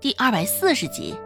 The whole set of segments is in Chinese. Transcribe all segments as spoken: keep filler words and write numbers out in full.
第二百四十集。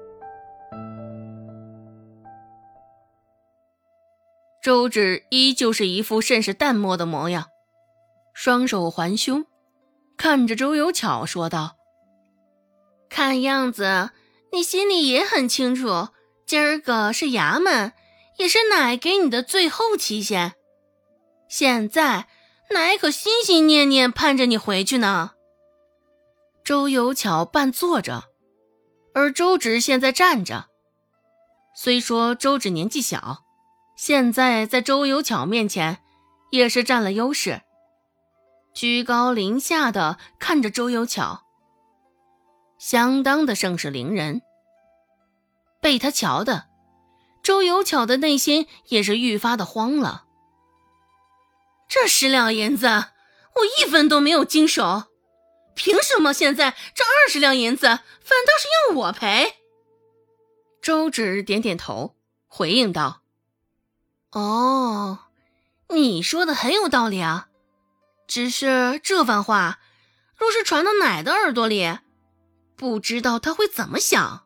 周芷依旧是一副甚是淡漠的模样，双手环胸，看着周有巧说道：看样子你心里也很清楚，今儿个是衙门，也是奶给你的最后期限。现在奶可心心念念盼着你回去呢。周有巧半坐着，而周芷现在站着。虽说周芷年纪小，现在在周有巧面前也是占了优势，居高临下的看着周有巧，相当的盛世凌人。被他瞧的，周有巧的内心也是愈发的慌了。这十两银子我一分都没有经手，凭什么现在这二十两银子反倒是要我赔？周芷点点头，回应道：哦，你说的很有道理啊，只是这番话若是传到奶的耳朵里，不知道他会怎么想。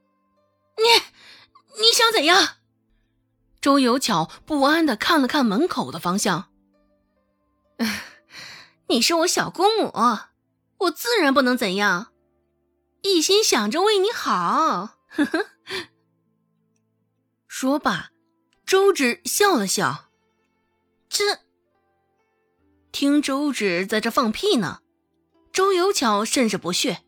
你你想怎样？周有巧不安地看了看门口的方向。你是我小姑母，我自然不能怎样，一心想着为你好。呵呵。说罢，周芷笑了笑。这听周芷在这放屁呢，周有巧甚是不屑。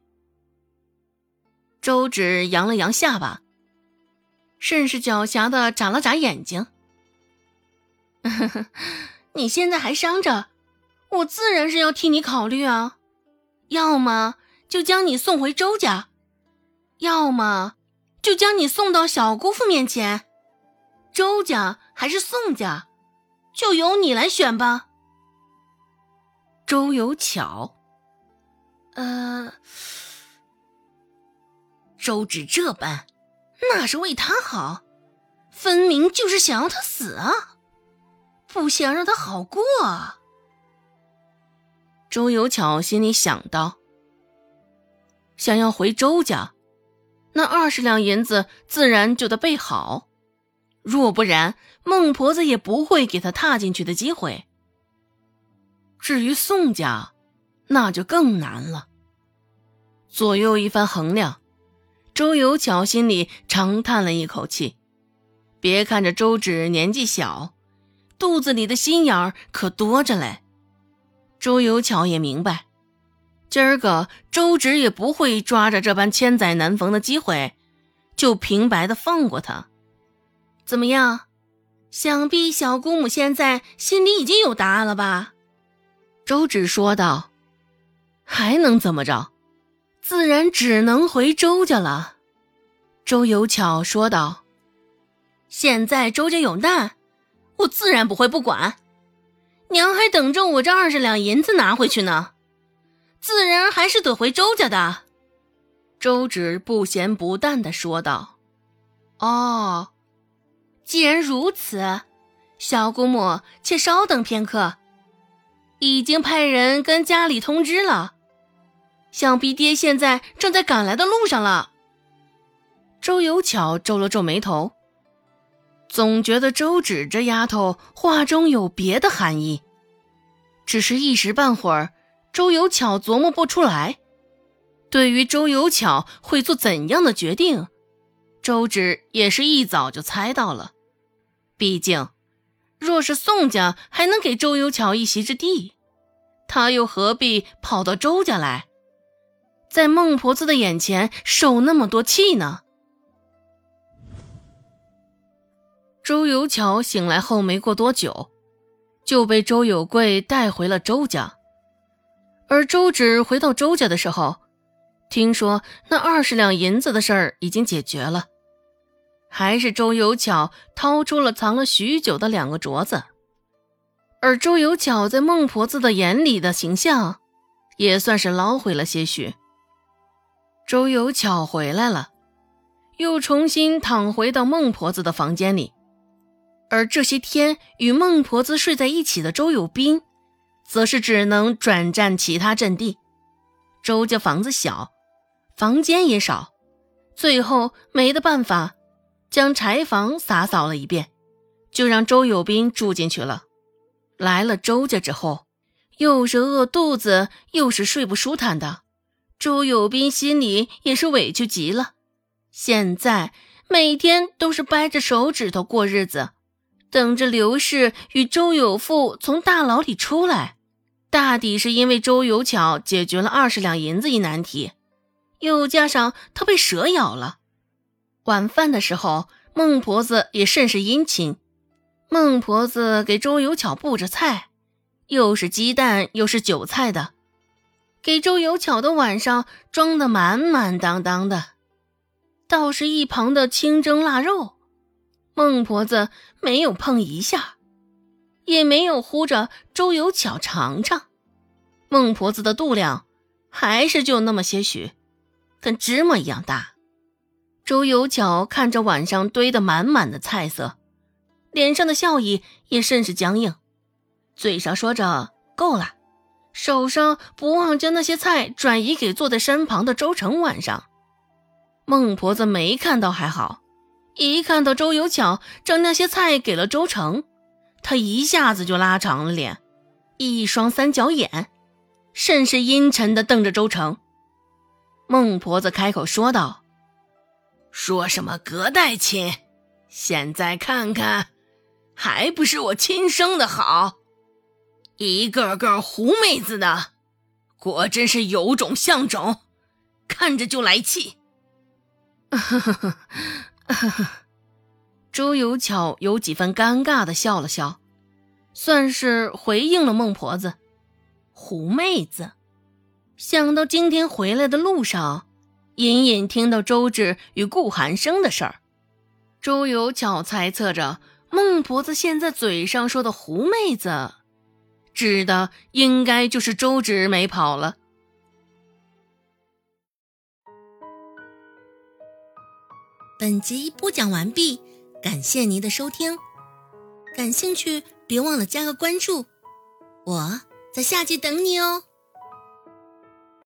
周芷扬了扬下巴，甚是狡黠地眨了眨眼睛。你现在还伤着，我自然是要替你考虑啊，要么就将你送回周家，要么就将你送到小姑父面前，周家还是宋家，就由你来选吧。周有巧，呃，周芷这般，那是为他好，分明就是想要他死啊，不想让他好过啊。周有巧心里想到，想要回周家，那二十两银子自然就得备好，若不然孟婆子也不会给他踏进去的机会。至于宋家，那就更难了。左右一番衡量，周有巧心里长叹了一口气。别看着周芷年纪小，肚子里的心眼儿可多着嘞。周有巧也明白，今儿个周芷也不会抓着这般千载难逢的机会就平白的放过他。怎么样，想必小姑母现在心里已经有答案了吧？周芷说道。还能怎么着，自然只能回周家了。周有巧说道。现在周家有难，我自然不会不管，娘还等着我这二十两银子拿回去呢，自然还是得回周家的。周芷不咸不淡地说道。哦，既然如此，小姑母且稍等片刻，已经派人跟家里通知了，想必爹现在正在赶来的路上了。周有巧皱了皱眉头，总觉得周芷这丫头话中有别的含义，只是一时半会儿周有巧琢磨不出来。对于周有巧会做怎样的决定，周芷也是一早就猜到了。毕竟若是宋家还能给周有巧一席之地，他又何必跑到周家来，在孟婆子的眼前受那么多气呢？周有巧醒来后没过多久，就被周有贵带回了周家。而周芷回到周家的时候，听说那二十两银子的事儿已经解决了，还是周有巧掏出了藏了许久的两个镯子。而周有巧在孟婆子的眼里的形象也算是捞回了些许。周有巧回来了，又重新躺回到孟婆子的房间里。而这些天与孟婆子睡在一起的周有斌，则是只能转战其他阵地。周家房子小， 房间也少，最后没得办法，将柴房打扫了一遍，就让周有斌住进去了。来了周家之后，又是饿肚子，又是睡不舒坦的，周有斌心里也是委屈极了。现在每天都是掰着手指头过日子，等着刘氏与周有富从大牢里出来。大抵是因为周有巧解决了二十两银子一难题，又加上他被蛇咬了。晚饭的时候，孟婆子也甚是殷勤。孟婆子给周有巧布着菜，又是鸡蛋又是韭菜的，给周有巧的碗上装得满满当当的。倒是一旁的清蒸腊肉，孟婆子没有碰一下，也没有呼着周有巧尝尝。孟婆子的肚量还是就那么些许，跟芝麻一样大。周有巧看着碗上堆得满满的菜色，脸上的笑意也甚是僵硬，嘴上说着够了，手上不忘将那些菜转移给坐在身旁的周成碗上。孟婆子没看到还好，一看到周有巧将那些菜给了周成，她一下子就拉长了脸，一双三角眼甚是阴沉地瞪着周成。孟婆子开口说道：说什么隔代亲，现在看看还不是我亲生的好，一个个狐妹子的，果真是有种像种，看着就来气。周有巧有几分尴尬地笑了笑，算是回应了孟婆子。狐妹子，想到今天回来的路上隐隐听到周芷与顾寒生的事儿，周有巧猜测着孟婆子现在嘴上说的狐妹子指的应该就是周芷没跑了。 本集播讲完毕，感谢您的收听。感兴趣别忘了加个关注，我在下集等你哦。